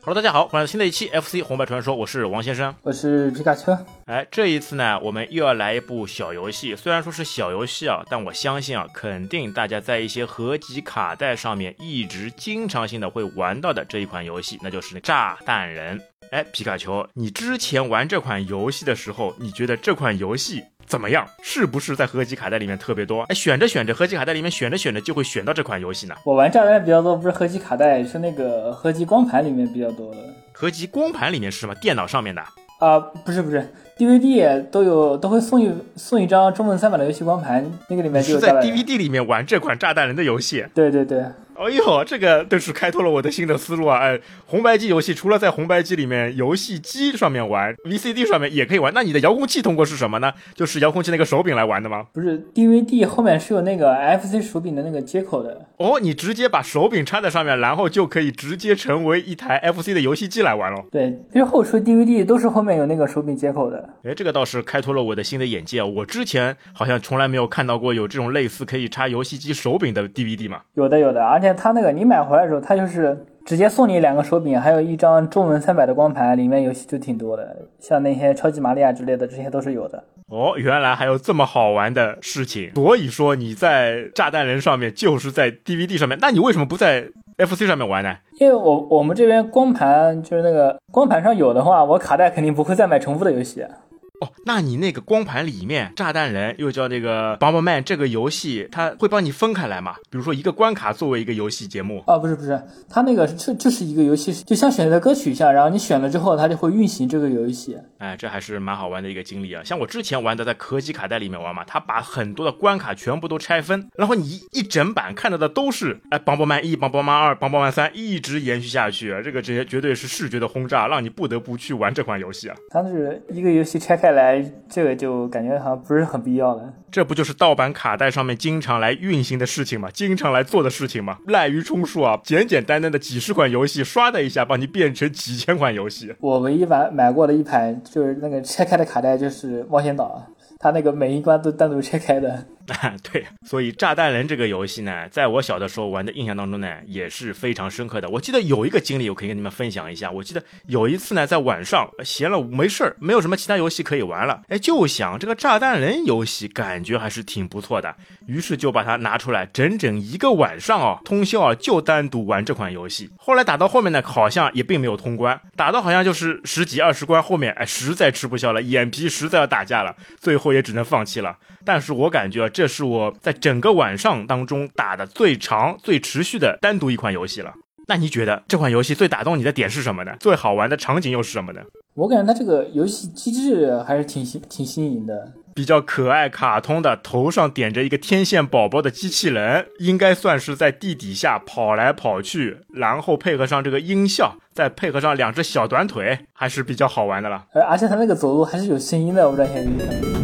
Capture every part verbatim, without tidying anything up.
Hello， 大家好，欢迎来到新的一期 F C 红白传说，我是王先生， 我是皮卡丘。 哎，这一次呢，我们又要来一部小游戏。虽然说是小游戏啊，但我相信啊，肯定大家在一些合集卡带上面一直经常性的会玩到的这一款游戏，那就是炸弹人。哎，皮卡丘，你之前玩这款游戏的时候，你觉得这款游戏怎么样？是不是在合集卡带里面特别多？哎，选着选着合集卡带里面选着选着就会选到这款游戏呢？ 我玩炸弹比较多，不是合集卡带，是那个合集光盘里面比较多的。 合集光盘里面是什么？电脑上面的？ 啊、呃，不是不是 ，D V D 都有，都会送一送一张中文三版的游戏光盘，那个里面就有炸弹人。 是在 D V D 里面玩这款炸弹人的游戏？ 对对对。 哎呦，这个真是开拓了我的新的思路啊！哎，红白机游戏除了在红白机里面游戏机上面玩 ，V C D 上面也可以玩。那你的遥控器通过是什么呢？就是遥控器那个手柄来玩的吗？ 不是 ，D V D 后面是有那个 F C 手柄的那个接口的。 哦，你直接把手柄插在上面，然后就可以直接成为一台 F C 的游戏机来玩咯。 对，其实后出 D V D 都是后面有那个手柄接口的。 哎，这个倒是开拓了我的新的眼界啊！我之前好像从来没有看到过有这种类似可以插游戏机手柄的 D V D 嘛。 有的有的，而且它那个你买回来的时候，它就是直接送你两个手柄，还有一张中文三百的光盘，里面游戏就挺多的，像那些超级玛利亚之类的，这些都是有的。 哦，原来还有这么好玩的事情，所以说你在炸弹人上面就是在 D V D 上面，那你为什么不在 F C 上面玩呢？ 因为我我们这边光盘就是那个光盘上有的话，我卡带肯定不会再买重复的游戏。 哦，那你那个光盘里面炸弹人又叫这个 Bomberman 这个游戏，它会帮你分开来吗？比如说一个关卡作为一个游戏节目？ 哦，不是不是，它那个就就是一个游戏，就像选择歌曲一样，然后你选了之后，它就会运行这个游戏。 哎，这还是蛮好玩的一个经历啊！像我之前玩的在合集卡带里面玩嘛，它把很多的关卡全部都拆分，然后你一一整版看到的都是哎 Bomberman 一、Bomberman 二、Bomberman 三，一直延续下去，这个这绝对是视觉的轰炸，让你不得不去玩这款游戏啊！ 它是一个游戏拆开来，这个就感觉好像不是很必要了。 这不就是盗版卡带上面经常来运行的事情吗？经常来做的事情吗？滥竽充数啊！简简单单的几十款游戏，刷的一下帮你变成几千款游戏。 我唯一买买过的一盘就是那个拆开的卡带，就是冒险岛，它那个每一关都单独拆开的。 啊，对，所以炸弹人这个游戏呢，在我小的时候玩的印象当中呢，也是非常深刻的。我记得有一个经历，我可以跟你们分享一下。我记得有一次呢，在晚上闲了没事儿，没有什么其他游戏可以玩了，哎，就想这个炸弹人游戏感觉还是挺不错的，于是就把它拿出来，整整一个晚上哦，通宵啊，就单独玩这款游戏。后来打到后面呢，好像也并没有通关，打到好像就是十几二十关后面，哎，实在吃不消了，眼皮实在要打架了，最后也只能放弃了。但是我感觉啊，这是我在整个晚上当中打的最长最持续的单独一款游戏了。那你觉得这款游戏最打动你的点是什么呢？最好玩的场景又是什么呢？ 我感觉它这个游戏机制还是挺挺新颖的， 比较可爱卡通的，头上点着一个天线宝宝的机器人，应该算是在地底下跑来跑去，然后配合上这个音效，再配合上两只小短腿，还是比较好玩的了。 而而且它那个走路还是有声音的，我不知道现在有没有。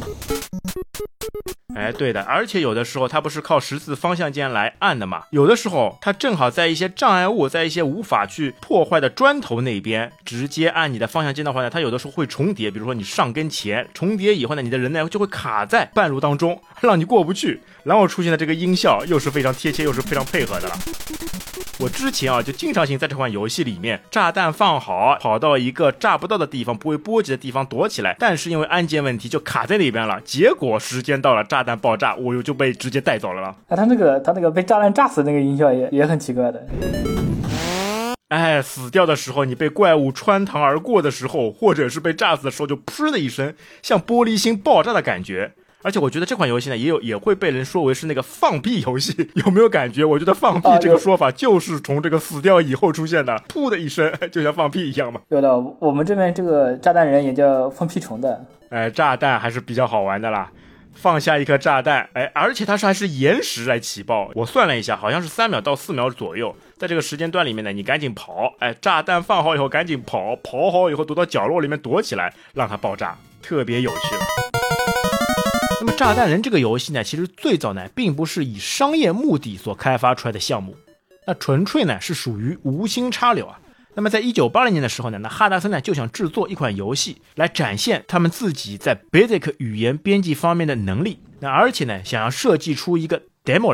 哎，对的，而且有的时候它不是靠十字方向键来按的嘛，有的时候它正好在一些障碍物，在一些无法去破坏的砖头那边，直接按你的方向键的话呢，它有的时候会重叠，比如说你上跟前，重叠以后呢，你的人呢就会卡在半路当中，让你过不去，然后出现的这个音效又是非常贴切，又是非常配合的了。我之前啊就经常性在这款游戏里面，炸弹放好，跑到一个炸不到的地方，不会波及的地方躲起来，但是因为按键问题就卡在那边了，结果时间到了，炸弹爆炸，我又就被直接带走了了。 哎，他那个他那个被炸弹炸死那个音效也也很奇怪的。 哎，死掉的时候，你被怪物穿膛而过的时候，或者是被炸死的时候，就噗的一声，像玻璃心爆炸的感觉。而且我觉得这款游戏呢，也有也会被人说为是那个放屁游戏，有没有感觉？我觉得放屁这个说法就是从这个死掉以后出现的，噗的一声，就像放屁一样嘛。 有的，我们这边这个炸弹人也叫放屁虫的。 哎，炸弹还是比较好玩的啦。放下一颗炸弹，哎，而且它是还是延时来起爆，我算了一下，好像是三秒到四秒左右，在这个时间段里面呢，你赶紧跑，哎，炸弹放好以后赶紧跑，跑好以后躲到角落里面躲起来，让它爆炸，特别有趣。那么炸弹人这个游戏呢，其实最早呢并不是以商业目的所开发出来的项目，那纯粹呢是属于无心插柳啊。那么在一九八零年的时候呢，那哈达森呢就想制作一款游戏来展现他们自己在 Basic 语言编辑方面的能力，那而且呢想要设计出一个 demo 来。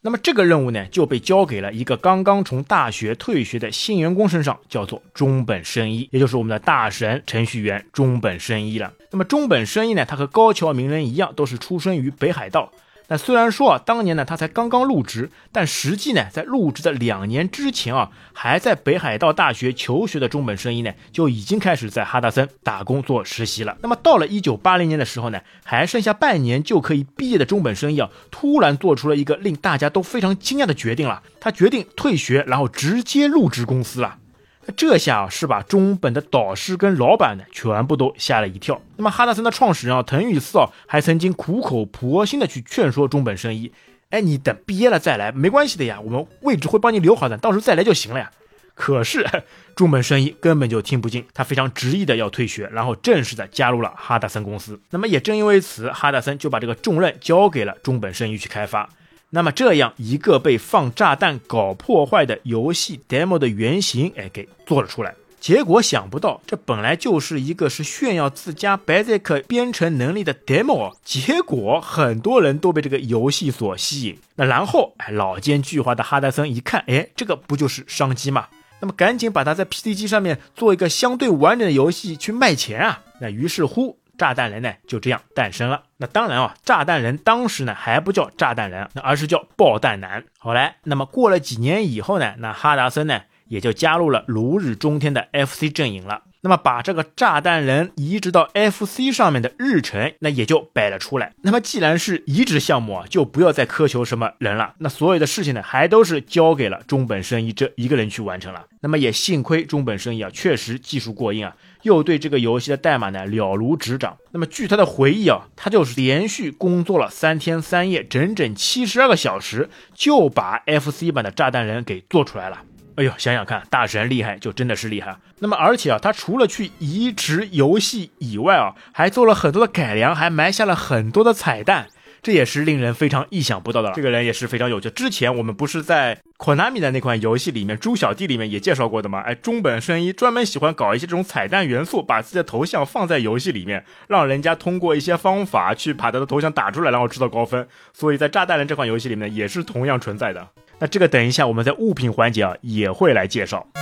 那么这个任务呢，就被交给了一个刚刚从大学退学的新员工身上，叫做中本伸一，也就是我们的大神程序员中本伸一了。那么中本伸一呢，他和高桥名人一样，都是出生于北海道。那虽然说啊，当年呢他才刚刚入职，但实际呢，在入职的两年之前啊，还在北海道大学求学的中本伸一呢，就已经开始在哈达森打工做实习了。那么到了一九八零年的时候呢，还剩下半年就可以毕业的中本伸一啊，突然做出了一个令大家都非常惊讶的决定了，他决定退学，然后直接入职公司了。这下是把中本的导师跟老板呢全部都吓了一跳。那么哈达森的创始人啊藤宇四啊还曾经苦口婆心的去劝说中本伸一，哎，你等毕业了再来没关系的呀，我们位置会帮你留好的，到时候再来就行了呀。可是中本伸一根本就听不进，他非常执意的要退学，然后正式的加入了哈达森公司。那么也正因为此，哈达森就把这个重任交给了中本伸一去开发。那么这样一个被放炸弹搞破坏的游戏 demo 的原型，哎，给做了出来。结果想不到，这本来就是一个是炫耀自家 Basic 编程能力的 demo， 结果很多人都被这个游戏所吸引。那然后，哎，老奸巨猾的哈达森一看，哎，这个不就是商机吗？那么赶紧把它在 P C 机上面做一个相对完整的游戏去卖钱啊。那于是乎，炸弹人呢就这样诞生了。那当然啊，炸弹人当时呢还不叫炸弹人，那而是叫爆弹男。好来，那么过了几年以后呢，那哈达森呢也就加入了如日中天的 F C 阵营了。那么把这个炸弹人移植到 F C 上面的日程，那也就摆了出来。那么既然是移植项目啊，就不要再苛求什么人了。那所有的事情呢，还都是交给了中本伸一这一个人去完成了。那么也幸亏中本伸一啊，确实技术过硬啊，又对这个游戏的代码呢了如指掌。那么据他的回忆啊，他就是连续工作了三天三夜，整整七十二个小时，就把 F C 版的炸弹人给做出来了。哎呦，想想看，大神厉害就真的是厉害。那么而且啊，他除了去移植游戏以外啊，还做了很多的改良，还埋下了很多的彩蛋，这也是令人非常意想不到的了。这个人也是非常有趣。之前我们不是在 Konami 的那款游戏里面，猪小弟里面也介绍过的吗？哎，中本伸一专门喜欢搞一些这种彩蛋元素，把自己的头像放在游戏里面，让人家通过一些方法去把他的头像打出来，然后制造高分。所以在炸弹人这款游戏里面也是同样存在的。那这个等一下我们在物品环节啊也会来介绍。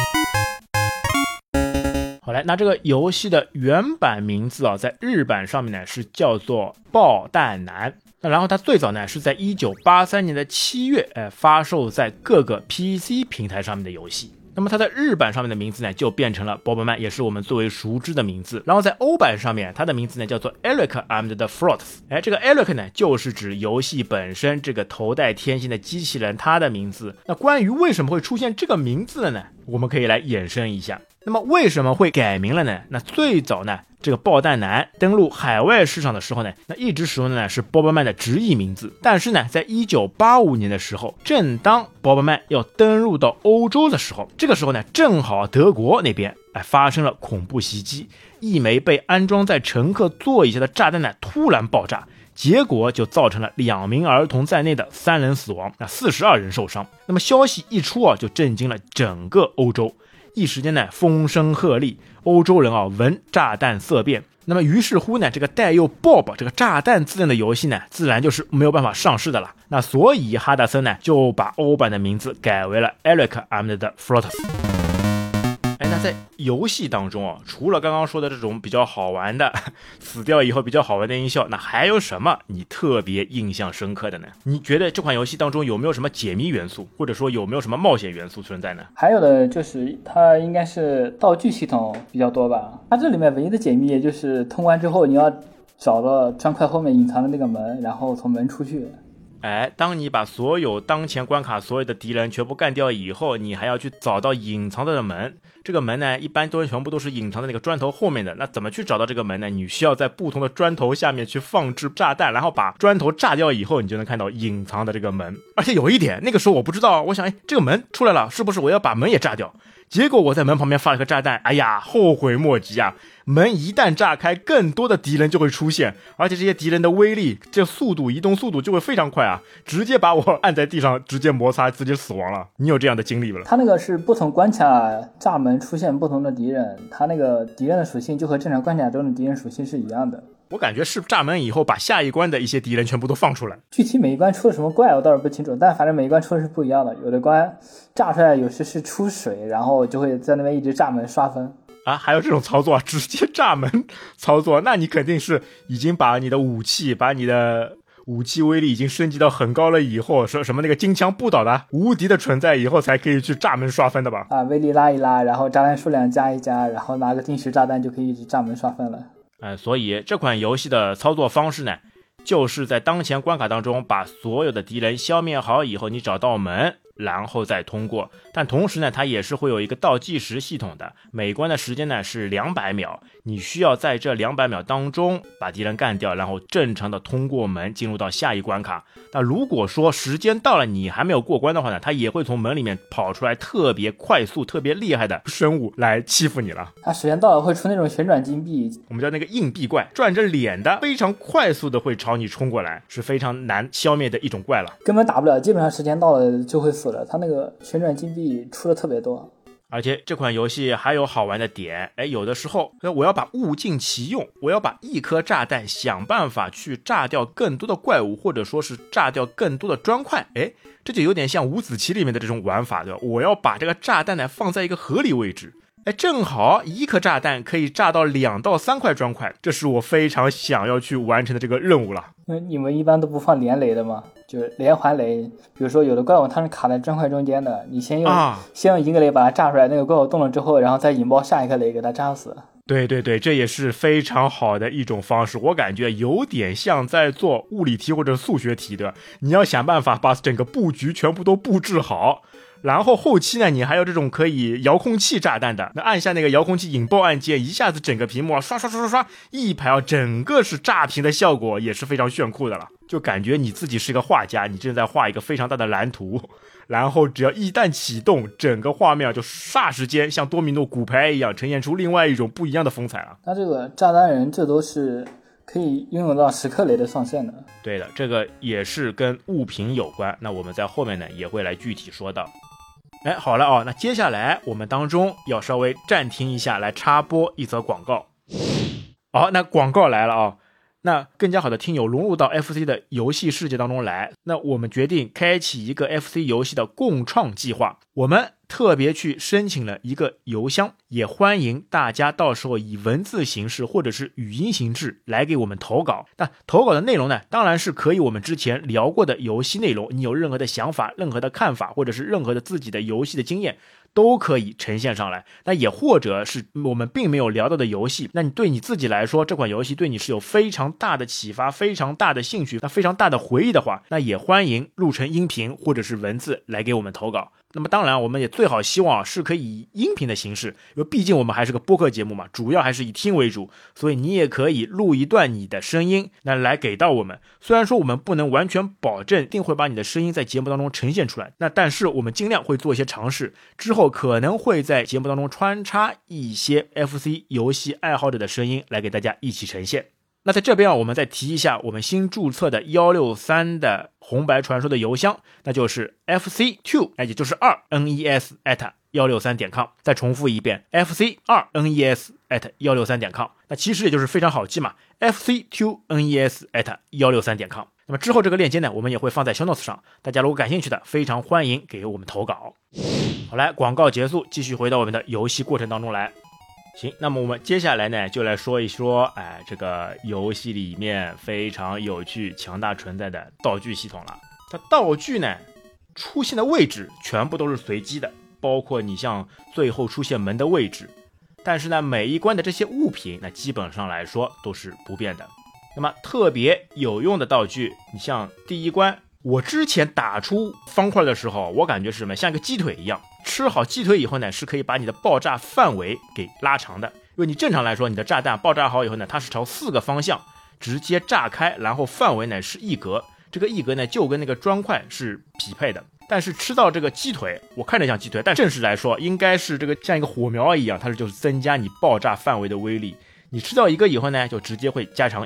好来，那这个游戏的原版名字啊，在日版上面呢是叫做爆弹男。那然后它最早呢是在一九八三年的七月，哎，发售在各个 P C 平台上面的游戏。那么它在日版上面的名字呢就变成了 Bomberman， 也是我们最为熟知的名字。然后在欧版上面，它的名字呢叫做 Eric and the Floats。哎，这个 Eric 呢就是指游戏本身这个头戴天线的机器人，它的名字。那关于为什么会出现这个名字的呢，我们可以来衍生一下。那么为什么会改名了呢？那最早呢，这个爆弹男登陆海外市场的时候呢，那一直使用的呢是 Bomberman 的直译名字。但是呢，在一九八五年的时候，正当 Bomberman 要登陆到欧洲的时候，这个时候呢，正好德国那边哎发生了恐怖袭击，一枚被安装在乘客座椅下的炸弹呢突然爆炸。结果就造成了两名儿童在内的三人死亡，那四十二人受伤。那么消息一出啊，就震惊了整个欧洲。一时间呢，风声鹤唳，欧洲人啊闻炸弹色变。那么于是乎呢，这个带有 Bob 这个炸弹字样的游戏呢，自然就是没有办法上市的了。那所以哈达森呢就把欧版的名字改为了 Eric and the Floats。哎，那在游戏当中啊，除了刚刚说的这种比较好玩的死掉以后比较好玩的音效，那还有什么你特别印象深刻的呢？你觉得这款游戏当中有没有什么解谜元素，或者说有没有什么冒险元素存在呢？ 还有的就是它应该是道具系统比较多吧。它这里面唯一的解谜也就是通关之后你要找到砖块后面隐藏的那个门，然后从门出去。 哎，当你把所有当前关卡所有的敌人全部干掉以后，你还要去找到隐藏的门。这个门呢，一般都全部都是隐藏在那个砖头后面的。那怎么去找到这个门呢？你需要在不同的砖头下面去放置炸弹，然后把砖头炸掉以后，你就能看到隐藏的这个门。而且有一点，那个时候我不知道，我想，哎，这个门出来了，是不是我要把门也炸掉？结果我在门旁边放了个炸弹，哎呀，后悔莫及啊！门一旦炸开，更多的敌人就会出现，而且这些敌人的威力，这速度移动速度就会非常快啊，直接把我按在地上，直接摩擦，直接死亡了。你有这样的经历吗？ 他那个是不同关卡炸门出现不同的敌人，他那个敌人的属性就和正常关卡中的敌人属性是一样的。 我感觉是炸门以后把下一关的一些敌人全部都放出来。 具体每一关出了什么怪我倒是不清楚，但反正每一关出的是不一样的，有的关炸出来有时是出水，然后就会在那边一直炸门刷分啊，还有这种操作，直接炸门操作，那你肯定是已经把你的武器把你的武器威力已经升级到很高了以后，说什么那个金枪不倒的无敌的存在以后才可以去炸门刷分的吧？ 啊，威力拉一拉，然后炸弹数量加一加，然后拿个定时炸弹就可以一直炸门刷分了。 呃，所以这款游戏的操作方式呢，就是在当前关卡当中把所有的敌人消灭好以后，你找到门然后再通过。但同时呢，它也是会有一个倒计时系统的，每关的时间呢是两百秒，你需要在这两百秒当中把敌人干掉，然后正常的通过门进入到下一关卡。那如果说时间到了你还没有过关的话呢，它也会从门里面跑出来特别快速特别厉害的生物来欺负你了。 它时间到了会出那种旋转金币， 我们叫那个硬币怪，转着脸的，非常快速的会朝你冲过来，是非常难消灭的一种怪了， 根本打不了，基本上时间到了就会死了。它那个旋转金币出的特别多。 而且这款游戏还有好玩的点，哎，有的时候我要把物尽其用，我要把一颗炸弹想办法去炸掉更多的怪物，或者说是炸掉更多的砖块，哎，这就有点像五子棋里面的这种玩法，对吧？我要把这个炸弹呢放在一个合理位置，哎，正好一颗炸弹可以炸到两到三块砖块，这是我非常想要去完成的这个任务了。 你们一般都不放连雷的吗？就是连环雷，比如说有的怪物它是卡在砖块中间的，你先用、啊、先用一个雷把它炸出来，那个怪物动了之后，然后再引爆下一个雷给它炸死。 对对对，这也是非常好的一种方式，我感觉有点像在做物理题或者数学题的，你要想办法把整个布局全部都布置好。然后后期呢，你还有这种可以遥控器炸弹的，那按下那个遥控器引爆按键，一下子整个屏幕啊刷刷刷刷刷一排啊，整个是炸屏的效果，也是非常炫酷的了。就感觉你自己是个画家，你正在画一个非常大的蓝图，然后只要一旦启动，整个画面就霎时间像多米诺骨牌一样，呈现出另外一种不一样的风采了。 那这个炸弹人这都是可以拥有到十克雷的上限的。 对的，这个也是跟物品有关，那我们在后面呢也会来具体说到。哎，好了哦，那接下来我们当中要稍微暂停一下，来插播一则广告。好，那广告来了啊、哦！那更加好的听友融入到 F C 的游戏世界当中来，那我们决定开启一个 F C 游戏的共创计划。我们特别去申请了一个邮箱，也欢迎大家到时候以文字形式或者是语音形式来给我们投稿。那投稿的内容呢，当然是可以我们之前聊过的游戏内容，你有任何的想法、任何的看法，或者是任何的自己的游戏的经验，都可以呈现上来。那也或者是我们并没有聊到的游戏，那你对你自己来说，这款游戏对你是有非常大的启发、非常大的兴趣、那非常大的回忆的话，那也欢迎录成音频或者是文字来给我们投稿。那么当然我们也最好希望是可以以音频的形式，因为毕竟我们还是个播客节目嘛，主要还是以听为主，所以你也可以录一段你的声音那来给到我们。虽然说我们不能完全保证一定会把你的声音在节目当中呈现出来，那但是我们尽量会做一些尝试，之后可能会在节目当中穿插一些 F C 游戏爱好者的声音来给大家一起呈现。那在这边啊，我们再提一下我们新注册的一六三的红白传说的邮箱，那就是 F C 二， 也就是二 N E S at 一六三点 com。 再重复一遍 F C 二 N E S at 一六三点 com。 那其实也就是非常好记嘛， F C 二 N E S at 一六三点 com。 那么之后这个链接呢，我们也会放在 show notes 上，大家如果感兴趣的，非常欢迎给我们投稿。好，来，广告结束，继续回到我们的游戏过程当中来。行，那么我们接下来呢，就来说一说，哎，这个游戏里面非常有趣、强大存在的道具系统了。它道具呢，出现的位置全部都是随机的，包括你像最后出现门的位置。但是呢，每一关的这些物品，那基本上来说都是不变的。那么特别有用的道具，你像第一关，我之前打出方块的时候，我感觉是什么？像一个鸡腿一样。吃好鸡腿以后呢，是可以把你的爆炸范围给拉长的。因为你正常来说，你的炸弹爆炸好以后呢，它是朝四个方向直接炸开，然后范围呢是一格，这个一格呢就跟那个砖块是匹配的。但是吃到这个鸡腿，我看着像鸡腿，但正式来说应该是这个像一个火苗一样，它是就是增加你爆炸范围的威力。你吃到一个以后呢，就直接会加长一，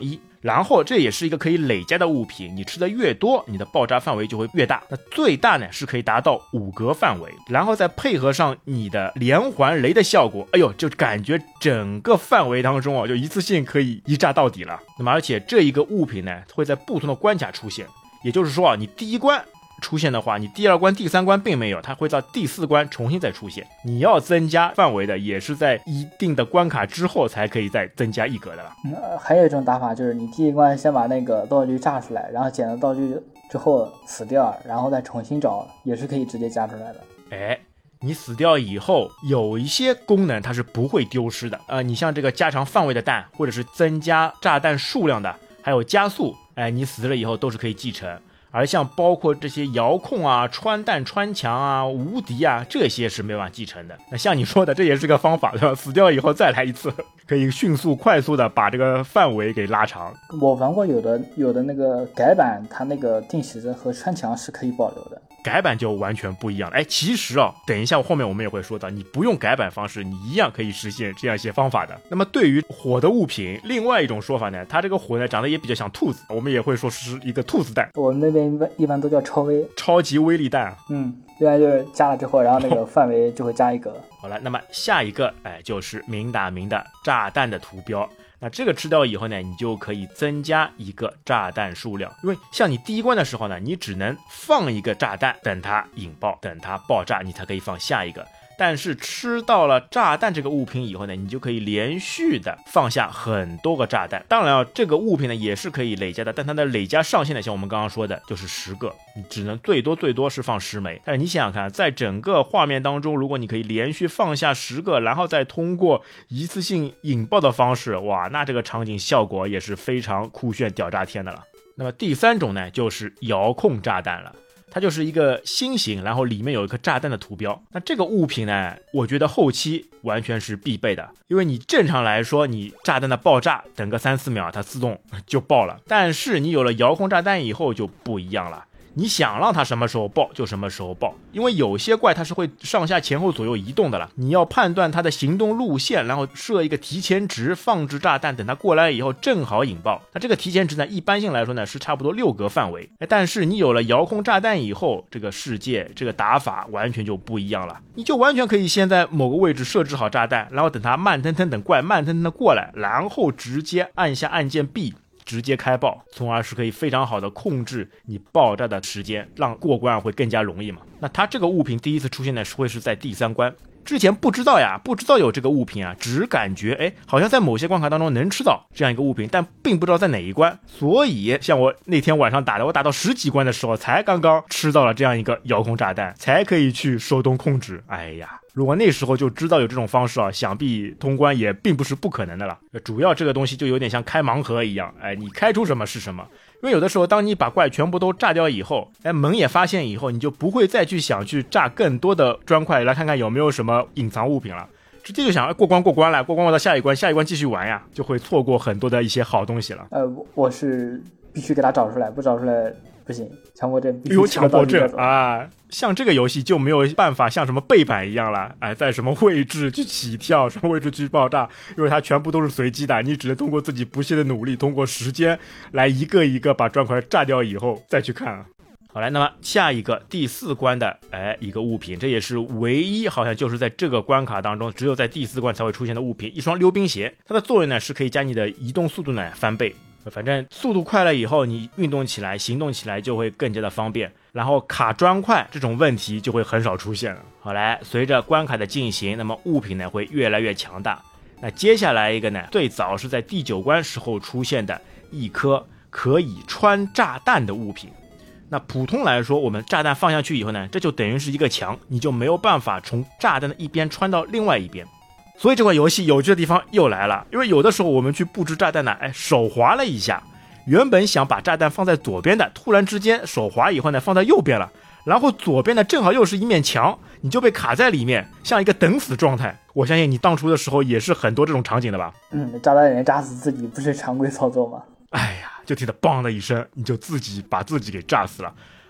然后这也是一个可以累加的物品，你吃的越多，你的爆炸范围就会越大。那最大呢是可以达到五格范围，然后再配合上你的连环雷的效果，哎呦，就感觉整个范围当中啊，就一次性可以一炸到底了。那么而且这一个物品呢会在不同的关卡出现，也就是说啊，你第一关出现的话，你第二关第三关并没有，它会到第四关重新再出现。你要增加范围的也是在一定的关卡之后才可以再增加一格的了。 嗯，还有一种打法就是你第一关先把那个道具炸出来，然后捡了道具之后死掉，然后再重新找，也是可以直接加出来的。 哎，你死掉以后有一些功能它是不会丢失的，呃，你像这个加长范围的弹，或者是增加炸弹数量的，还有加速，哎，你死了以后都是可以继承。而像包括这些遥控啊、穿弹穿墙啊、无敌啊，这些是没办法继承的。那像你说的，这也是个方法，对吧？死掉以后再来一次，可以迅速快速的把这个范围给拉长。 我玩过有的有的那个改版，它那个定时和穿墙是可以保留的。 改版就完全不一样了。哎，其实啊，等一下后面我们也会说到，你不用改版方式，你一样可以实现这样一些方法的。那么对于火的物品，另外一种说法呢，它这个火呢长得也比较像兔子，我们也会说是一个兔子弹。 我们那边一般一般都叫超威， 超级威力弹。 嗯，一般就是加了之后，然后那个范围就会加一格。 好了，那么下一个哎就是明打明的炸弹的图标。那这个吃掉以后呢，你就可以增加一个炸弹数量，因为像你第一关的时候呢，你只能放一个炸弹，等它引爆，等它爆炸，你才可以放下一个。但是吃到了炸弹这个物品以后呢，你就可以连续的放下很多个炸弹。当然啊，这个物品呢也是可以累加的，但它的累加上限呢，像我们刚刚说的就是十个，你只能最多最多是放十枚。但是你想想看，在整个画面当中，如果你可以连续放下十个，然后再通过一次性引爆的方式，哇，那这个场景效果也是非常酷炫屌炸天的了。那么第三种呢，就是遥控炸弹了。它就是一个心形，然后里面有一颗炸弹的图标。那这个物品呢，我觉得后期完全是必备的，因为你正常来说，你炸弹的爆炸等个三四秒，它自动就爆了。但是你有了遥控炸弹以后就不一样了。你想让它什么时候爆就什么时候爆，因为有些怪它是会上下前后左右移动的了，你要判断它的行动路线，然后设一个提前值放置炸弹，等它过来以后正好引爆。那这个提前值呢，一般性来说呢是差不多六格范围，但是你有了遥控炸弹以后，这个世界这个打法完全就不一样了，你就完全可以先在某个位置设置好炸弹，然后等它慢腾腾等怪慢腾腾的过来，然后直接按下按键 B直接开爆，从而是可以非常好的控制你爆炸的时间，让过关会更加容易嘛。那它这个物品第一次出现呢，会是在第三关，之前不知道呀，不知道有这个物品啊，只感觉哎，好像在某些关卡当中能吃到这样一个物品，但并不知道在哪一关。所以像我那天晚上打的，我打到十几关的时候，才刚刚吃到了这样一个遥控炸弹，才可以去手动控制。哎呀，如果那时候就知道有这种方式啊，想必通关也并不是不可能的了。主要这个东西就有点像开盲盒一样，哎，你开出什么是什么。因为有的时候当你把怪全部都炸掉以后，哎，门也发现以后，你就不会再去想去炸更多的砖块来看看有没有什么隐藏物品了，直接就想过关过关了，过关到下一关，下一关继续玩呀，就会错过很多的一些好东西了。 呃，我是必须给他找出来，不找出来不行，强迫症必须有强迫症啊！像这个游戏就没有办法像什么背板一样了，哎，在什么位置去起跳，什么位置去爆炸，因为它全部都是随机的，你只能通过自己不懈的努力，通过时间来一个一个把砖块炸掉以后再去看。好来，那么下一个第四关的哎一个物品，这也是唯一好像就是在这个关卡当中只有在第四关才会出现的物品，一双溜冰鞋。它的作用呢是可以将你的移动速度呢翻倍，反正速度快了以后，你运动起来行动起来就会更加的方便，然后卡砖块这种问题就会很少出现了。好来，随着关卡的进行，那么物品呢会越来越强大。那接下来一个呢，最早是在第九关时候出现的一颗可以穿炸弹的物品。那普通来说，我们炸弹放下去以后呢，这就等于是一个墙，你就没有办法从炸弹的一边穿到另外一边。所以这款游戏有趣的地方又来了，因为有的时候我们去布置炸弹呢，哎，手滑了一下，原本想把炸弹放在左边的，突然之间手滑以后呢，放在右边了，然后左边呢正好又是一面墙，你就被卡在里面，像一个等死状态。我相信你当初的时候也是很多这种场景的吧？ 嗯，炸弹人炸死自己不是常规操作吗？ 哎呀，就听到砰的一声，你就自己把自己给炸死了。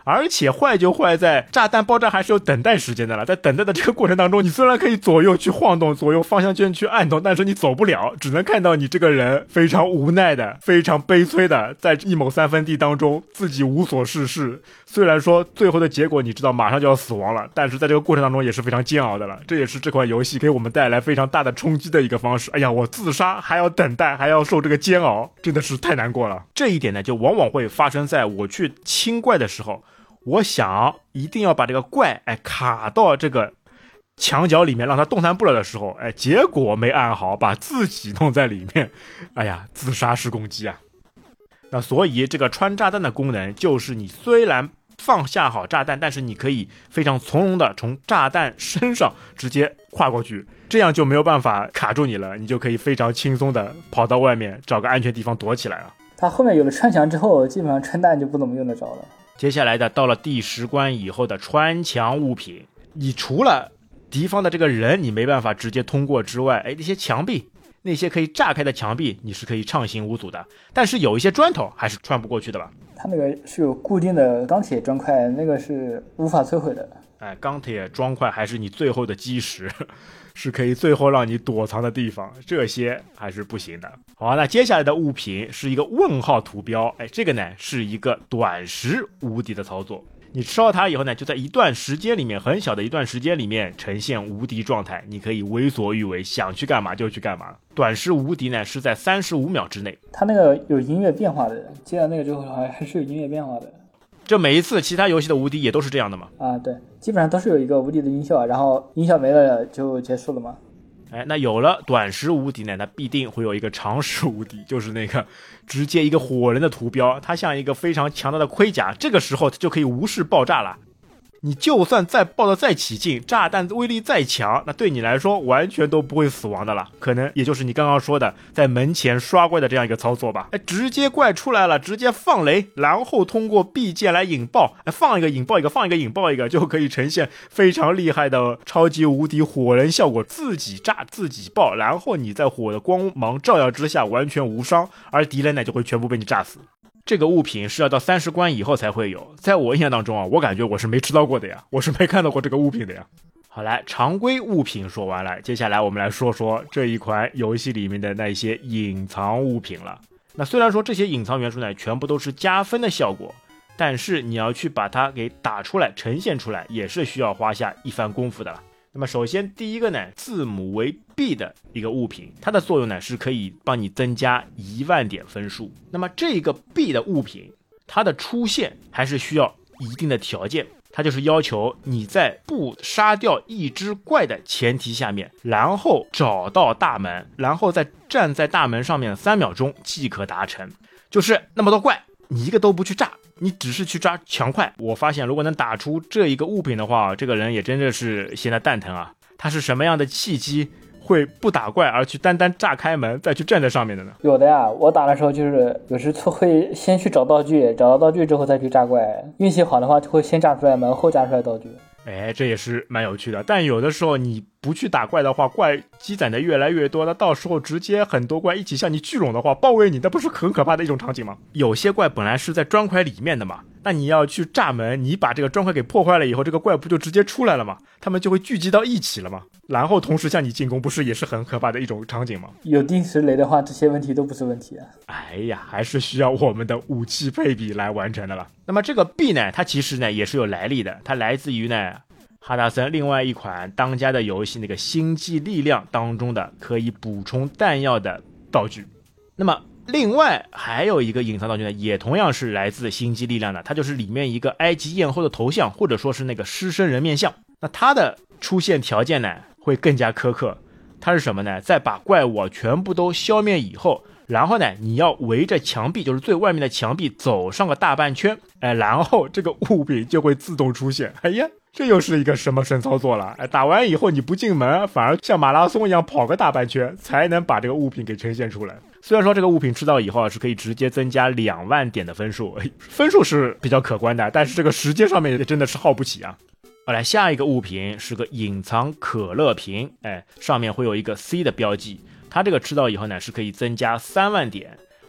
而且坏就坏在炸弹爆炸还是有等待时间的了，在等待的这个过程当中，你虽然可以左右去晃动，左右方向键去按动，但是你走不了，只能看到你这个人非常无奈的，非常悲催的在一亩三分地当中自己无所事事。虽然说最后的结果你知道马上就要死亡了，但是在这个过程当中也是非常煎熬的了。这也是这款游戏给我们带来非常大的冲击的一个方式。哎呀，我自杀还要等待，还要受这个煎熬，真的是太难过了。这一点呢，就往往会发生在我去清怪的时候，我想一定要把这个怪哎卡到这个墙角里面让它动弹不了的时候，哎，结果没按好，把自己弄在里面，哎呀，自杀式攻击啊。那所以这个穿炸弹的功能就是你虽然放下好炸弹，但是你可以非常从容的从炸弹身上直接跨过去，这样就没有办法卡住你了，你就可以非常轻松的跑到外面找个安全地方躲起来了。 它后面有了穿墙之后，基本上穿弹就不怎么用得着了。 接下来的到了第十关以后的穿墙物品，你除了敌方的这个人你没办法直接通过之外，哎，那些墙壁，那些可以炸开的墙壁你是可以畅行无阻的，但是有一些砖头还是穿不过去的吧。 它那个是有固定的钢铁砖块，那个是无法摧毁的。 哎，钢铁砖块还是你最后的基石，是可以最后让你躲藏的地方，这些还是不行的。好，那接下来的物品是一个问号图标，哎，这个呢是一个短时无敌的操作。你吃到它以后呢，就在一段时间里面，很小的一段时间里面呈现无敌状态，你可以为所欲为，想去干嘛就去干嘛。短时无敌呢是在三十五秒之内。 它那个有音乐变化的，接到那个之后还是有音乐变化的。 这每一次其他游戏的无敌也都是这样的吗？ 啊，对，基本上都是有一个无敌的音效，然后音效没了就结束了嘛。 哎，那有了短时无敌呢，那必定会有一个长时无敌，就是那个直接一个火人的图标，它像一个非常强大的盔甲，这个时候它就可以无视爆炸了。你就算再爆得再起劲，炸弹威力再强，那对你来说完全都不会死亡的了。可能也就是你刚刚说的在门前刷怪的这样一个操作吧。哎，直接怪出来了，直接放雷，然后通过 B 键来引爆，哎，放一个引爆一个，放一个引爆一个，就可以呈现非常厉害的超级无敌火人效果，自己炸自己爆，然后你在火的光芒照耀之下完全无伤，而敌人呢就会全部被你炸死。这个物品是要到三十关以后才会有，在我印象当中啊，我感觉我是没吃到过的呀，我是没看到过这个物品的呀。好，来，常规物品说完了，接下来我们来说说这一款游戏里面的那些隐藏物品了。那虽然说这些隐藏元素呢全部都是加分的效果，但是你要去把它给打出来呈现出来也是需要花下一番功夫的了。那么首先第一个呢，字母为 B 的一个物品，它的作用呢是可以帮你增加一万点分数。那么这个 B 的物品，它的出现还是需要一定的条件，它就是要求你在不杀掉一只怪的前提下面，然后找到大门，然后再站在大门上面三秒钟即可达成。就是那么多怪，你一个都不去炸，你只是去抓墙块。我发现如果能打出这一个物品的话，这个人也真的是闲得蛋疼啊。他是什么样的契机会不打怪而去单单炸开门再去站在上面的呢？ 有的呀，我打的时候就是有时会先去找道具，找到道具之后再去炸怪，运气好的话就会先炸出来门后炸出来道具。 哎，这也是蛮有趣的。但有的时候你不去打怪的话，怪积攒的越来越多，那到时候直接很多怪一起向你聚拢的话，包围你，那不是很可怕的一种场景吗？有些怪本来是在砖块里面的嘛，那你要去炸门，你把这个砖块给破坏了以后，这个怪不就直接出来了吗？他们就会聚集到一起了嘛，然后同时向你进攻，不是也是很可怕的一种场景吗？ 有定时雷的话，这些问题都不是问题啊。 哎呀，还是需要我们的武器配比来完成的了。那么这个 B 呢，它其实呢也是有来历的，它来自于呢哈达森另外一款当家的游戏那个星际力量当中的可以补充弹药的道具。那么另外还有一个隐藏道具呢，也同样是来自星际力量的，它就是里面一个埃及艳后的头像，或者说是那个狮身人面像。那它的出现条件呢会更加苛刻，它是什么呢？在把怪物全部都消灭以后，然后呢你要围着墙壁，就是最外面的墙壁走上个大半圈，哎，然后这个物品就会自动出现。哎呀，这又是一个什么神操作了？哎，打完以后你不进门，反而像马拉松一样跑个大半圈，才能把这个物品给呈现出来。虽然说这个物品吃到以后是可以直接增加两万点的分数，分数是比较可观的，但是这个时间上面也真的是耗不起啊。好，来，下一个物品是个隐藏可乐瓶，哎，上面会有一个 C 的标记，它这个吃到以后呢是可以增加三万点，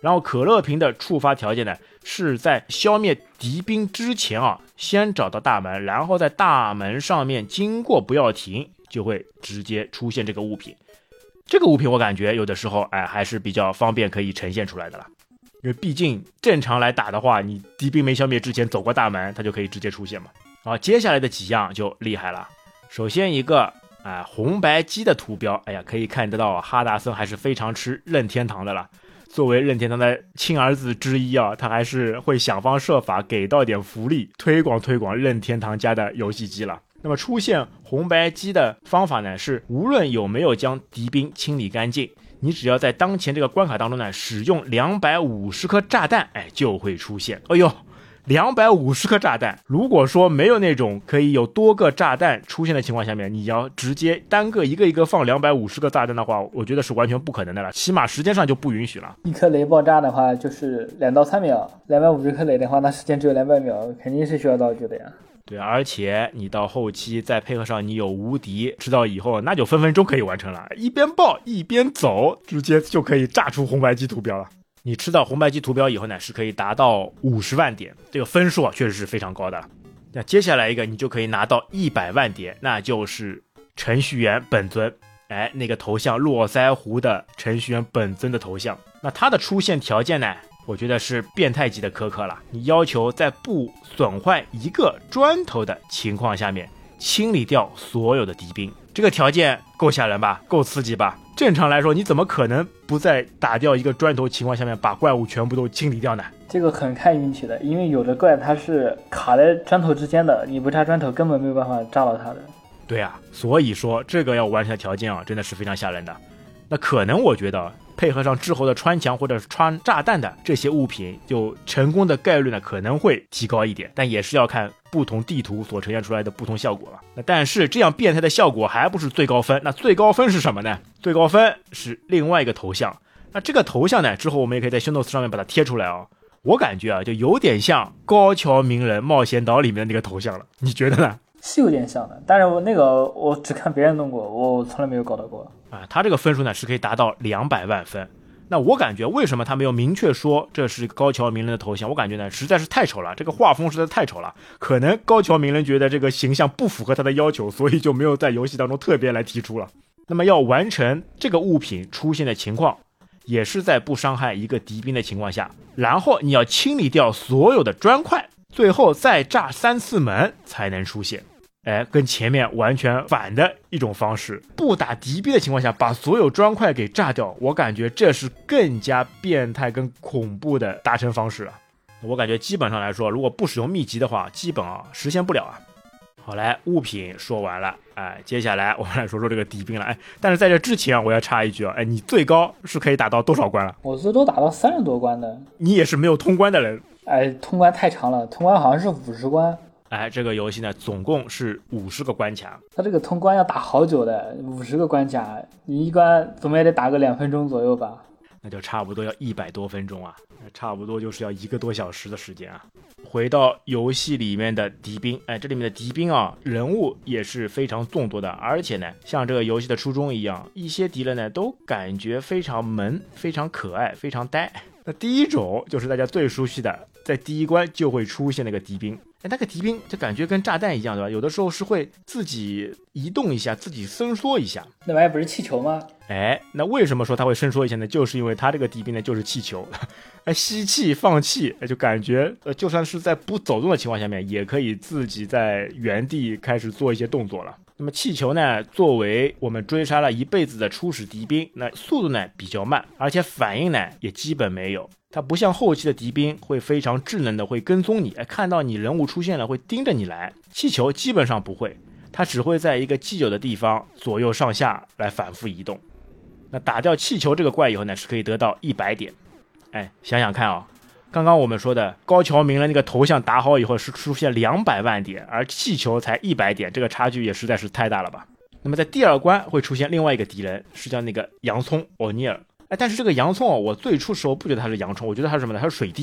然后可乐瓶的触发条件呢，是在消灭敌兵之前啊，先找到大门，然后在大门上面经过不要停，就会直接出现这个物品。这个物品我感觉有的时候哎还是比较方便可以呈现出来的了，因为毕竟正常来打的话，你敌兵没消灭之前走过大门，它就可以直接出现嘛。好，接下来的几样就厉害了。首先一个啊、呃、红白机的图标，哎呀可以看得到哈达森还是非常吃任天堂的了。作为任天堂的亲儿子之一啊，他还是会想方设法给到点福利，推广推广任天堂家的游戏机了。那么出现红白机的方法呢，是无论有没有将敌兵清理干净，你只要在当前这个关卡当中呢，使用两百五十颗炸弹，哎，就会出现。哎呦，两百五十颗炸弹，如果说没有那种可以有多个炸弹出现的情况下面，你要直接单个一个一个放两百五十个炸弹的话，我觉得是完全不可能的了，起码时间上就不允许了。 一颗雷爆炸的话就是两到三秒，两百五十颗雷的话，那时间只有两百秒，肯定是需要道具的呀。 对，而且你到后期再配合上你有无敌，吃到以后那就分分钟可以完成了，一边爆一边走，直接就可以炸出红白机图标了。你吃到红白机图标以后呢，是可以达到五十万点，这个分数啊确实是非常高的。那接下来一个你就可以拿到一百万点，那就是程序员本尊，哎，那个头像络腮胡的程序员本尊的头像。那它的出现条件呢，我觉得是变态级的苛刻了。你要求在不损坏一个砖头的情况下面清理掉所有的敌兵，这个条件够吓人吧，够刺激吧。正常来说你怎么可能不在打掉一个砖头情况下面把怪物全部都清理掉呢？ 这个很看运气的，因为有的怪它是卡在砖头之间的，你不炸砖头根本没有办法炸到它的。 对啊，所以说这个要完成的条件啊，真的是非常吓人的。那可能我觉得配合上之后的穿墙或者穿炸弹的这些物品，就成功的概率呢可能会提高一点，但也是要看不同地图所呈现出来的不同效果了。那但是这样变态的效果还不是最高分，那最高分是什么呢？最高分是另外一个头像。那这个头像呢，之后我们也可以在 show notes 上面把它贴出来哦。我感觉啊，就有点像高桥名人冒险岛里面的那个头像了，你觉得呢？ 是有点像的，但是我那个我只看别人弄过，我从来没有搞到过啊。他这个分数呢是可以达到两百万分。那我感觉为什么他没有明确说这是高桥名人的头像？我感觉呢实在是太丑了，这个画风实在是太丑了。可能高桥名人觉得这个形象不符合他的要求，所以就没有在游戏当中特别来提出了。那么要完成这个物品出现的情况，也是在不伤害一个敌兵的情况下，然后你要清理掉所有的砖块，最后再炸三次门才能出现。哎，跟前面完全反的一种方式，不打敌兵的情况下把所有砖块给炸掉，我感觉这是更加变态跟恐怖的达成方式了。我感觉基本上来说，如果不使用秘籍的话，基本啊实现不了啊。好来，物品说完了，哎，接下来我们来说说这个敌兵了。哎，但是在这之前啊，我要插一句啊，哎，你最高是可以打到多少关了？ 我最多打到三十多关的。 你也是没有通关的人。 哎，通关太长了，通关好像是五十关。 哎，这个游戏呢，总共是五十个关卡。 它这个通关要打好久的，五十个关卡，你一关怎么也得打个两分钟左右吧？ 那就差不多要一百多分钟啊，差不多就是要一个多小时的时间啊。回到游戏里面的敌兵，哎，这里面的敌兵啊，人物也是非常众多的，而且呢，像这个游戏的初衷一样，一些敌人呢都感觉非常萌、非常可爱、非常呆。那第一种就是大家最熟悉的，在第一关就会出现那个敌兵。哎，那个敌兵就感觉跟炸弹一样，对吧？有的时候是会自己移动一下，自己伸缩一下。 那玩意不是气球吗？ 哎，那为什么说它会伸缩一下呢？就是因为它这个敌兵呢就是气球，哎，吸气放气，就感觉呃，就算是在不走动的情况下面，也可以自己在原地开始做一些动作了。那么气球呢，作为我们追杀了一辈子的初始敌兵，那速度呢比较慢，而且反应呢也基本没有。它不像后期的敌兵会非常智能的会跟踪你，哎，看到你人物出现了会盯着你来。气球基本上不会，它只会在一个既有的地方左右上下来反复移动。那打掉气球这个怪以后呢，是可以得到一百点。哎，想想看啊、哦，刚刚我们说的高桥名人那个头像打好以后是出现两百万点，而气球才一百点，这个差距也实在是太大了吧。那么在第二关会出现另外一个敌人，是叫那个洋葱欧尼尔。哎，但是这个洋葱哦，我最初时候不觉得它是洋葱，我觉得它是什么呢？它是水滴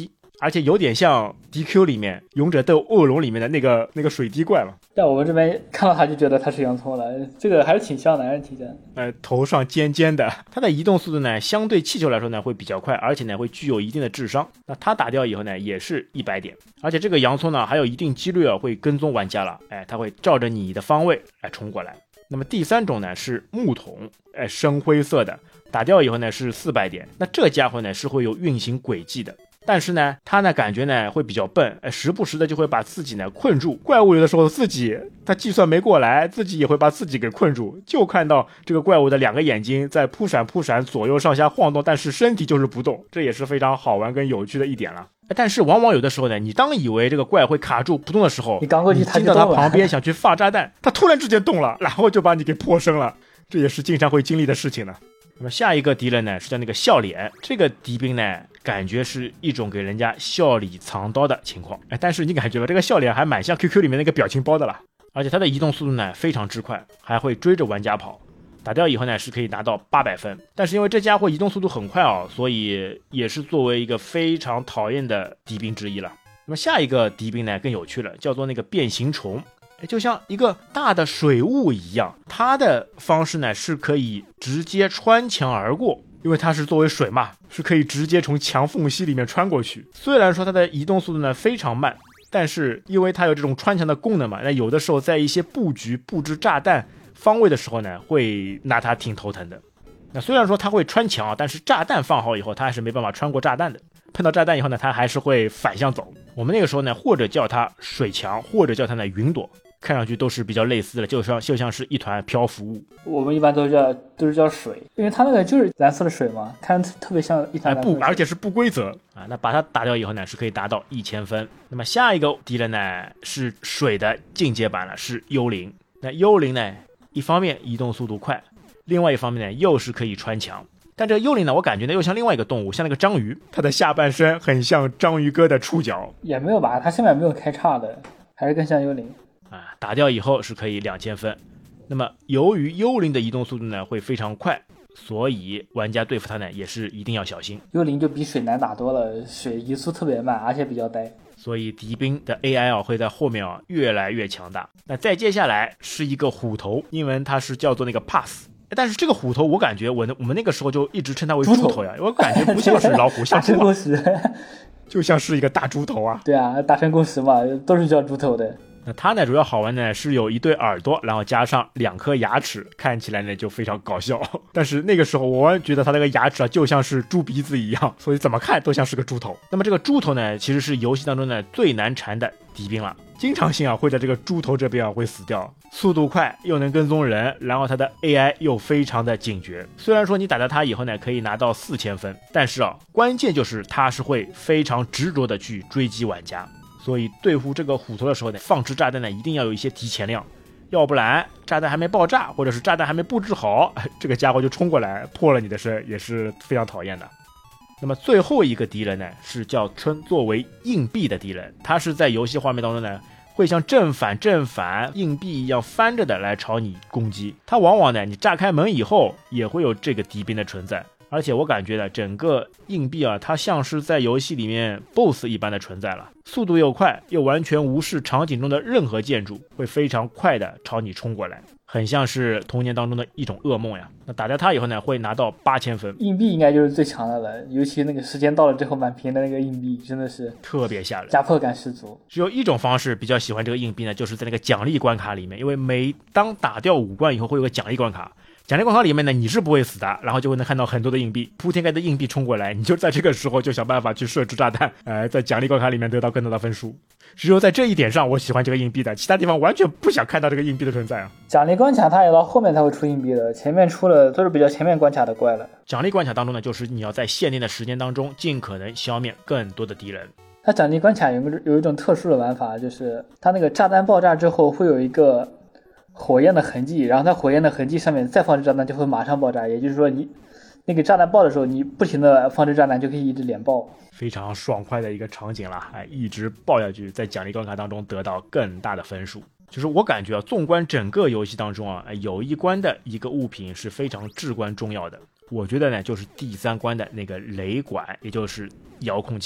而且有点像 D Q 里面勇者斗恶龙里面的那个那个水滴怪了。 但我们这边看到它就觉得它是洋葱了，这个还是挺像的，还是挺像的。 呃，头上尖尖的，它的移动速度呢，相对气球来说呢会比较快，而且呢会具有一定的智商。那它打掉以后呢，也是一百点，而且这个洋葱呢还有一定几率啊会跟踪玩家了，哎，它会照着你的方位来冲过来。那么第三种呢是木桶，哎，深灰色的，打掉以后呢是四百点。那这家伙呢是会有运行轨迹的。但是呢，他呢感觉呢会比较笨，呃，时不时的就会把自己呢困住。怪物有的时候自己他计算没过来，自己也会把自己给困住。就看到这个怪物的两个眼睛在扑闪扑闪，左右上下晃动，但是身体就是不动，这也是非常好玩跟有趣的一点了。但是往往有的时候呢，你当以为这个怪会卡住不动的时候， 你刚过去他进到他旁边想去放炸弹，他突然之间动了，然后就把你给破身了，这也是经常会经历的事情呢。那么下一个敌人呢是叫那个笑脸，这个敌兵呢感觉是一种给人家笑里藏刀的情况，哎，但是你感觉吧，这个笑脸还蛮像 Q Q 里面那个表情包的啦，而且它的移动速度呢非常之快，还会追着玩家跑，打掉以后呢是可以拿到八百分，但是因为这家伙移动速度很快啊，所以也是作为一个非常讨厌的敌兵之一了。那么下一个敌兵呢更有趣了，叫做那个变形虫，就像一个大的水雾一样，它的方式呢是可以直接穿墙而过，因为它是作为水嘛，是可以直接从墙缝隙里面穿过去。虽然说它的移动速度呢非常慢，但是因为它有这种穿墙的功能嘛，那有的时候在一些布局布置炸弹方位的时候呢，会拿它挺头疼的。那虽然说它会穿墙，但是炸弹放好以后，它还是没办法穿过炸弹的。碰到炸弹以后呢，它还是会反向走。我们那个时候呢，或者叫它水墙，或者叫它呢云朵。看上去都是比较类似的，就像就像是一团漂浮物。 我们一般都叫都是叫水，因为它那个就是蓝色的水嘛，看着特别像一团蓝色的水， 不，而且是不规则啊。那把它打掉以后呢，是可以达到一千分。那么下一个敌人呢是水的进阶版了，是幽灵。那幽灵呢，一方面移动速度快，另外一方面呢又是可以穿墙。但这个幽灵呢，我感觉呢又像另外一个动物，像那个章鱼，它的下半身很像章鱼哥的触角。 也没有吧，它下面没有开叉的，还是更像幽灵。 啊，打掉以后是可以两千分。那么由于幽灵的移动速度呢会非常快，所以玩家对付它呢也是一定要小心。 幽灵就比水难打多了，水移速特别慢，而且比较呆， 所以敌兵的 A I 啊会在后面啊越来越强大。那再接下来是一个虎头，英文它是叫做那个 pass。但是这个虎头我感觉我我们那个时候就一直称它为猪头呀，我感觉不像是老虎，像大成共识， 就像是一个大猪头啊。 对啊，大成共识嘛，都是叫猪头的。 那它呢主要好玩呢是有一对耳朵，然后加上两颗牙齿，看起来呢就非常搞笑。但是那个时候我觉得它那个牙齿啊就像是猪鼻子一样，所以怎么看都像是个猪头。那么这个猪头呢其实是游戏当中呢最难缠的敌兵了，经常性啊会在这个猪头这边啊会死掉，速度快又能跟踪人，然后它的 A I 又非常的警觉。虽然说你打到它以后呢可以拿到四千分，但是啊关键就是它是会非常执着的去追击玩家。所以对付这个虎头的时候呢，放置炸弹呢一定要有一些提前量，要不然炸弹还没爆炸，或者是炸弹还没布置好，这个家伙就冲过来破了你的身，也是非常讨厌的。那么最后一个敌人呢，是叫称作为硬币的敌人，他是在游戏画面当中呢，会像正反正反硬币一样翻着的来朝你攻击。他往往呢，你炸开门以后也会有这个敌兵的存在。而且我感觉呢，整个硬币啊，它像是在游戏里面 B O S S 一般的存在了，速度又快，又完全无视场景中的任何建筑，会非常快的朝你冲过来，很像是童年当中的一种噩梦呀。那打掉它以后呢，会拿到八千分。 硬币应该就是最强的了，尤其那个时间到了之后满屏的那个硬币，真的是特别吓人， 压迫感十足。 只有一种方式比较喜欢这个硬币呢，就是在那个奖励关卡里面，因为每当打掉五关以后会有个奖励关卡。奖励关卡里面呢，你是不会死的，然后就会能看到很多的硬币，铺天盖地的硬币冲过来，你就在这个时候就想办法去设置炸弹，呃，在奖励关卡里面得到更多的分数。只有在这一点上，我喜欢这个硬币的，其他地方完全不想看到这个硬币的存在啊。 奖励关卡它也到后面才会出硬币的，前面出了都是比较前面关卡的怪了。 奖励关卡当中呢，就是你要在限定的时间当中，尽可能消灭更多的敌人。 它奖励关卡有个有一种特殊的玩法，就是它那个炸弹爆炸之后会有一个火焰的痕迹，然后在火焰的痕迹上面再放置炸弹就会马上爆炸，也就是说你那个炸弹爆的时候，你不停的放置炸弹就可以一直连爆， 非常爽快的一个场景啦！哎，一直爆下去，在奖励关卡当中得到更大的分数。就是我感觉啊，纵观整个游戏当中啊，有一关的一个物品是非常至关重要的，我觉得呢就是第三关的那个雷管，也就是遥控器。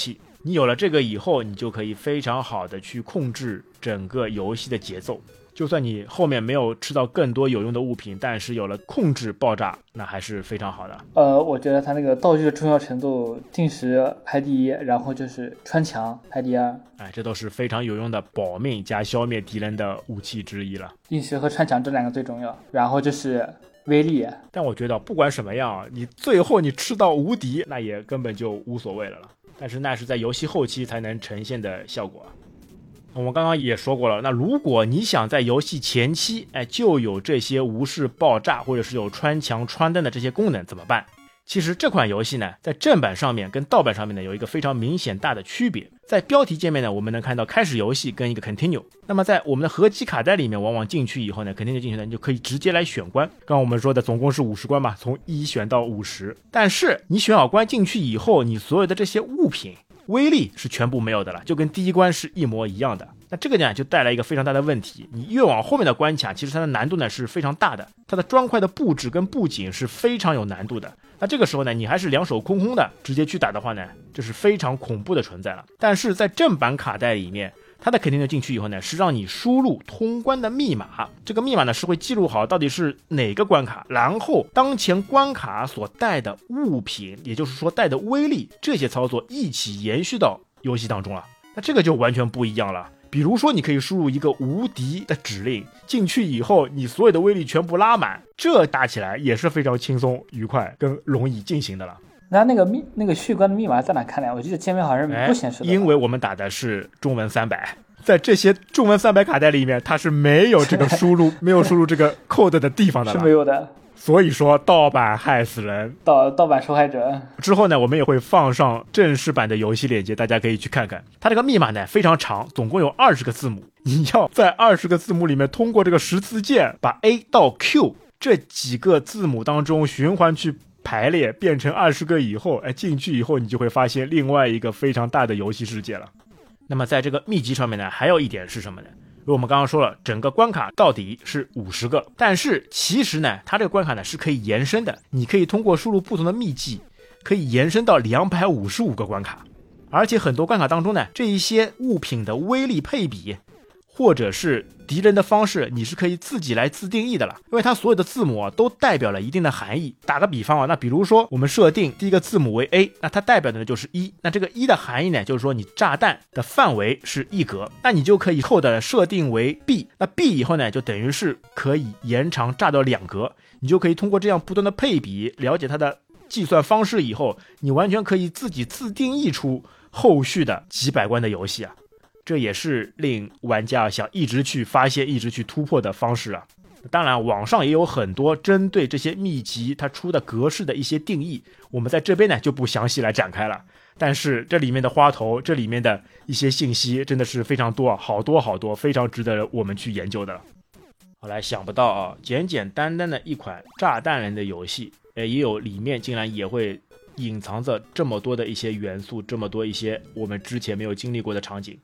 你有了这个以后，你就可以非常好的去控制整个游戏的节奏。就算你后面没有吃到更多有用的物品，但是有了控制爆炸，那还是非常好的。 呃，我觉得它那个道具的重要程度，定时排第一，然后就是穿墙排第二。 哎，这都是非常有用的保命加消灭敌人的武器之一了。 定时和穿墙这两个最重要，然后就是威力。 但我觉得不管什么样，你最后你吃到无敌，那也根本就无所谓了了。但是那是在游戏后期才能呈现的效果。我们刚刚也说过了，那如果你想在游戏前期哎就有这些无视爆炸或者是有穿墙穿灯的这些功能怎么办？其实这款游戏呢，在正版上面跟盗版上面呢有一个非常明显大的区别。在标题界面呢，我们能看到开始游戏跟一个 continue。那么在我们的合集卡带里面，往往进去以后呢 continue 进去呢，你就可以直接来选关。刚刚我们说的总共是五十关嘛，从一选到五十。但是你选好关进去以后，你所有的这些物品威力是全部没有的了，就跟第一关是一模一样的。那这个呢就带来一个非常大的问题，你越往后面的关卡，其实它的难度呢是非常大的，它的砖块的布置跟布景是非常有难度的。那这个时候呢，你还是两手空空的直接去打的话呢，这是非常恐怖的存在了。但是在正版卡带里面，它的肯定的进去以后呢，是让你输入通关的密码，这个密码呢是会记录好到底是哪个关卡，然后当前关卡所带的物品，也就是说带的威力，这些操作一起延续到游戏当中了。那这个就完全不一样了。比如说你可以输入一个无敌的指令进去以后，你所有的威力全部拉满，这打起来也是非常轻松愉快跟容易进行的了。 那那个密那个续关的密码在哪看呢？我记得界面好像是不显示的、 哎、因为我们打的是中文三百，在这些中文三百卡带里面，它是没有这个输入没有输入这个 code 的地方的了， 是没有的。 所以说盗版害死人， 盗盗版受害者。 之后呢，我们也会放上正式版的游戏链接，大家可以去看看。它这个密码呢非常长，总共有二十个字母，你要在二十个字母里面通过这个十字键把 A 到 Q 这几个字母当中循环去排列，变成二十个以后，哎，进去以后你就会发现另外一个非常大的游戏世界了。那么在这个秘籍上面呢，还有一点是什么呢？因为我们刚刚说了，整个关卡到底是五十个，但是其实呢，它这个关卡呢是可以延伸的，你可以通过输入不同的秘籍，可以延伸到两百五十五个关卡。而且很多关卡当中呢，这一些物品的威力配比，或者是敌人的方式，你是可以自己来自定义的了，因为它所有的字母啊都代表了一定的含义。打个比方啊，那比如说我们设定第一个字母为 A， 那它代表的呢就是一，那这个一的含义呢，就是说你炸弹的范围是一格，那你就可以后的设定为 B， 那 B 以后呢就等于是可以延长炸到两格，你就可以通过这样不断的配比，了解它的计算方式以后，你完全可以自己自定义出后续的几百关的游戏啊。这也是令玩家想一直去发现一直去突破的方式啊。当然网上也有很多针对这些秘籍它出的格式的一些定义，我们在这边呢就不详细来展开了，但是这里面的花头，这里面的一些信息真的是非常多，好多好多，非常值得我们去研究的。好来，想不到啊，简简单单的一款炸弹人的游戏，也有里面竟然也会隐藏着这么多的一些元素，这么多一些我们之前没有经历过的场景。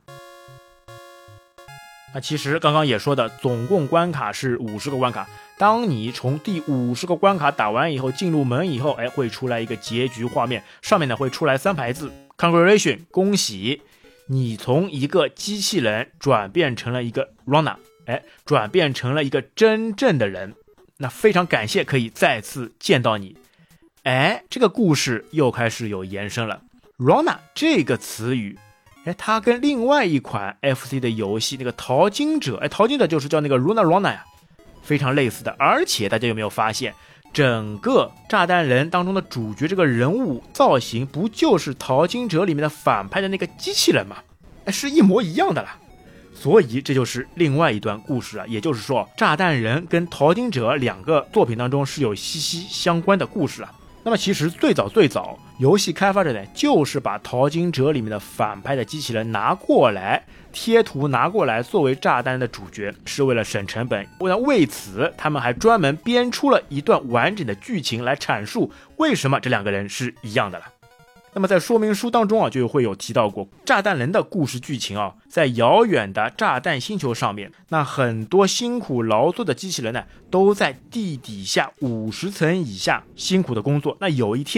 那其实刚刚也说的，总共关卡是五十个关卡，当你从第五十个关卡打完以后，进入门以后，哎，会出来一个结局画面，上面呢会出来三排字 Congratulations， 恭喜你从一个机器人转变成了一个 runner， 哎，转变成了一个真正的人，那非常感谢可以再次见到你。哎，这个故事又开始有延伸了。runner 这个词语，哎，它跟另外一款 F C 的游戏那个淘金者，哎，淘金者就是叫那个 Runner Runner 呀，非常类似的。而且大家有没有发现，整个炸弹人当中的主角这个人物造型，不就是淘金者里面的反派的那个机器人吗？哎，是一模一样的了。所以这就是另外一段故事了，也就是说，炸弹人跟淘金者两个作品当中是有息息相关的故事了。那么其实最早最早游戏开发者呢，就是把淘金者里面的反派的机器人拿过来，贴图拿过来作为炸弹的主角，是为了省成本。为此他们还专门编出了一段完整的剧情来阐述为什么这两个人是一样的了。那么在说明书当中啊，就会有提到过炸弹人的故事剧情啊，在遥远的炸弹星球上面，那很多辛苦劳作的机器人呢，都在地底下五十层以下辛苦的工作。那有一天，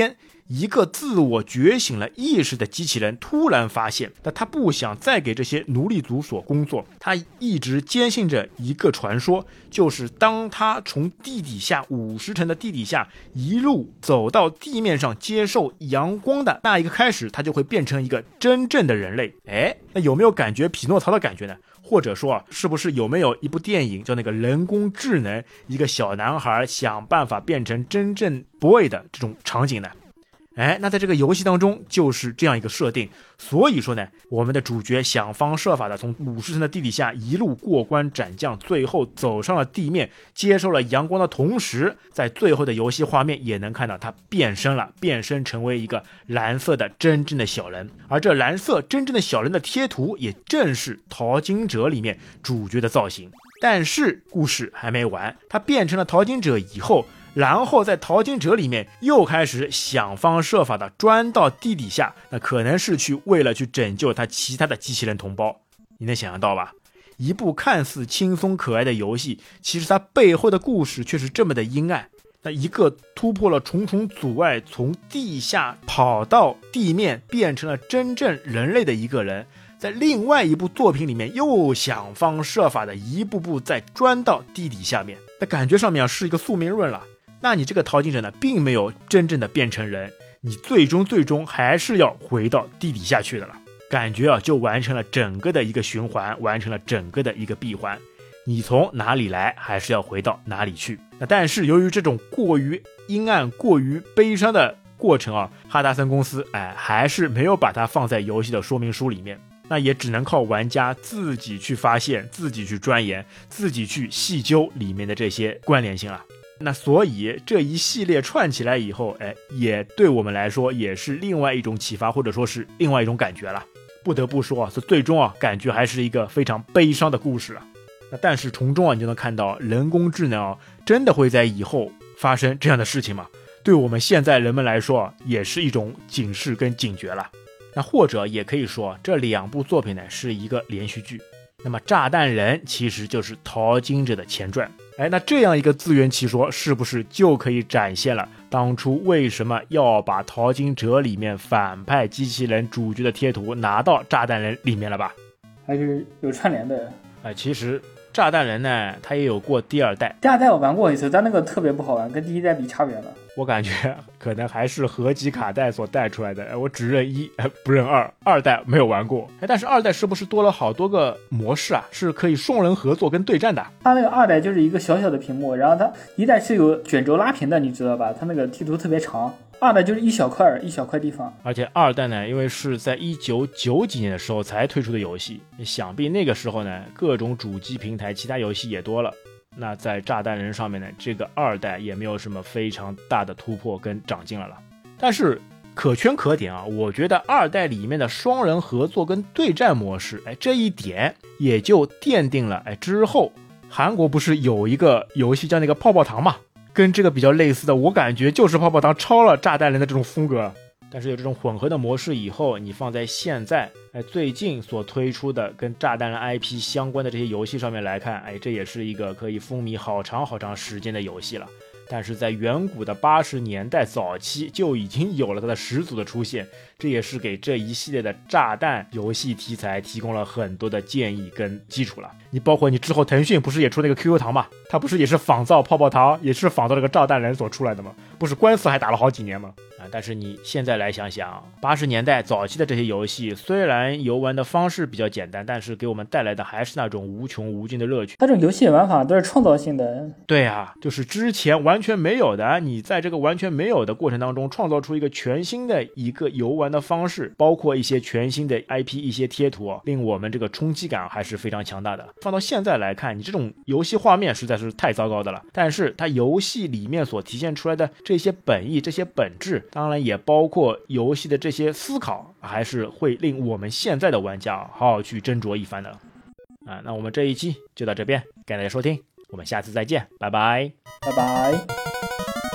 一个自我觉醒了意识的机器人突然发现，但他不想再给这些奴隶族所工作，他一直坚信着一个传说，就是当他从地底下五十层的地底下一路走到地面上接受阳光的那一个开始，他就会变成一个真正的人类。哎，那有没有感觉匹诺曹的感觉呢？或者说啊，是不是有没有一部电影叫那个人工智能，一个小男孩想办法变成真正 boy 的这种场景呢？哎，那在这个游戏当中就是这样一个设定，所以说呢，我们的主角想方设法的从五十层的地底下一路过关斩将，最后走上了地面，接受了阳光的同时，在最后的游戏画面也能看到他变身了，变身成为一个蓝色的真正的小人，而这蓝色真正的小人的贴图也正是淘金者里面主角的造型。但是故事还没完，他变成了淘金者以后，然后在淘金者里面又开始想方设法的钻到地底下，那可能是去为了去拯救他其他的机器人同胞。你能想象到吧？一部看似轻松可爱的游戏，其实它背后的故事却是这么的阴暗。那一个突破了重重阻碍，从地下跑到地面变成了真正人类的一个人，在另外一部作品里面又想方设法的一步步再钻到地底下面，那感觉上面是一个宿命论了。那你这个淘金者呢，并没有真正的变成人，你最终最终还是要回到地底下去的了。感觉啊，就完成了整个的一个循环，完成了整个的一个闭环。你从哪里来，还是要回到哪里去。那但是由于这种过于阴暗、过于悲伤的过程啊，哈达森公司哎还是没有把它放在游戏的说明书里面。那也只能靠玩家自己去发现，自己去钻研，自己去细究里面的这些关联性了。那所以这一系列串起来以后，哎，也对我们来说也是另外一种启发，或者说是另外一种感觉了。不得不说啊，这最终啊，感觉还是一个非常悲伤的故事啊。那但是从中啊，你就能看到人工智能啊，真的会在以后发生这样的事情吗？对我们现在人们来说啊，也是一种警示跟警觉了。那或者也可以说，这两部作品呢是一个连续剧。那么炸弹人其实就是淘金者的前传。哎，那这样一个自圆其说，是不是就可以展现了当初为什么要把淘金者里面反派机器人主角的贴图拿到炸弹人里面了吧？ 还是有串联的。 哎，其实炸弹人呢，他也有过第二代。 第二代我玩过一次，但那个特别不好玩，跟第一代比差远了。 我感觉可能还是合集卡带所带出来的，我只认一不认二，二代没有玩过。但是二代是不是多了好多个模式啊？是可以双人合作跟对战的。 它那个二代就是一个小小的屏幕，然后它一代是有卷轴拉屏的，你知道吧？它那个地图特别长，二代就是一小块一小块地方。 而且二代呢，因为是在一九九几年的时候才推出的游戏，想必那个时候呢，各种主机平台其他游戏也多了。那在炸弹人上面呢，这个二代也没有什么非常大的突破跟长进了了。但是可圈可点啊，我觉得二代里面的双人合作跟对战模式，哎，这一点也就奠定了，哎，之后韩国不是有一个游戏叫那个泡泡糖嘛，跟这个比较类似的，我感觉就是泡泡糖抄了炸弹人的这种风格。但是有这种混合的模式以后，你放在现在哎最近所推出的跟炸弹人 I P 相关的这些游戏上面来看，哎，这也是一个可以风靡好长好长时间的游戏了。但是在远古的八十年代早期就已经有了它的始祖的出现，这也是给这一系列的炸弹游戏题材提供了很多的建议跟基础了。你包括你之后腾讯不是也出那个 Q Q 糖嘛，它不是也是仿造泡泡糖，也是仿造这个炸弹人所出来的吗？不是官司还打了好几年吗？啊，但是你现在来想想，八十年代早期的这些游戏，虽然游玩的方式比较简单，但是给我们带来的还是那种无穷无尽的乐趣。 它这种游戏玩法都是创造性的。 对啊，就是之前完全没有的，你在这个完全没有的过程当中，创造出一个全新的一个游玩的方式，包括一些全新的 I P， 一些贴图，令我们这个冲击感还是非常强大的。放到现在来看，你这种游戏画面实在是太糟糕的了，但是它游戏里面所体现出来的这些本意、这些本质，当然也包括游戏的这些思考，还是会令我们现在的玩家好好去斟酌一番的。啊，那我们这一期就到这边，感谢大家收听，我们下次再见，拜拜， 拜拜。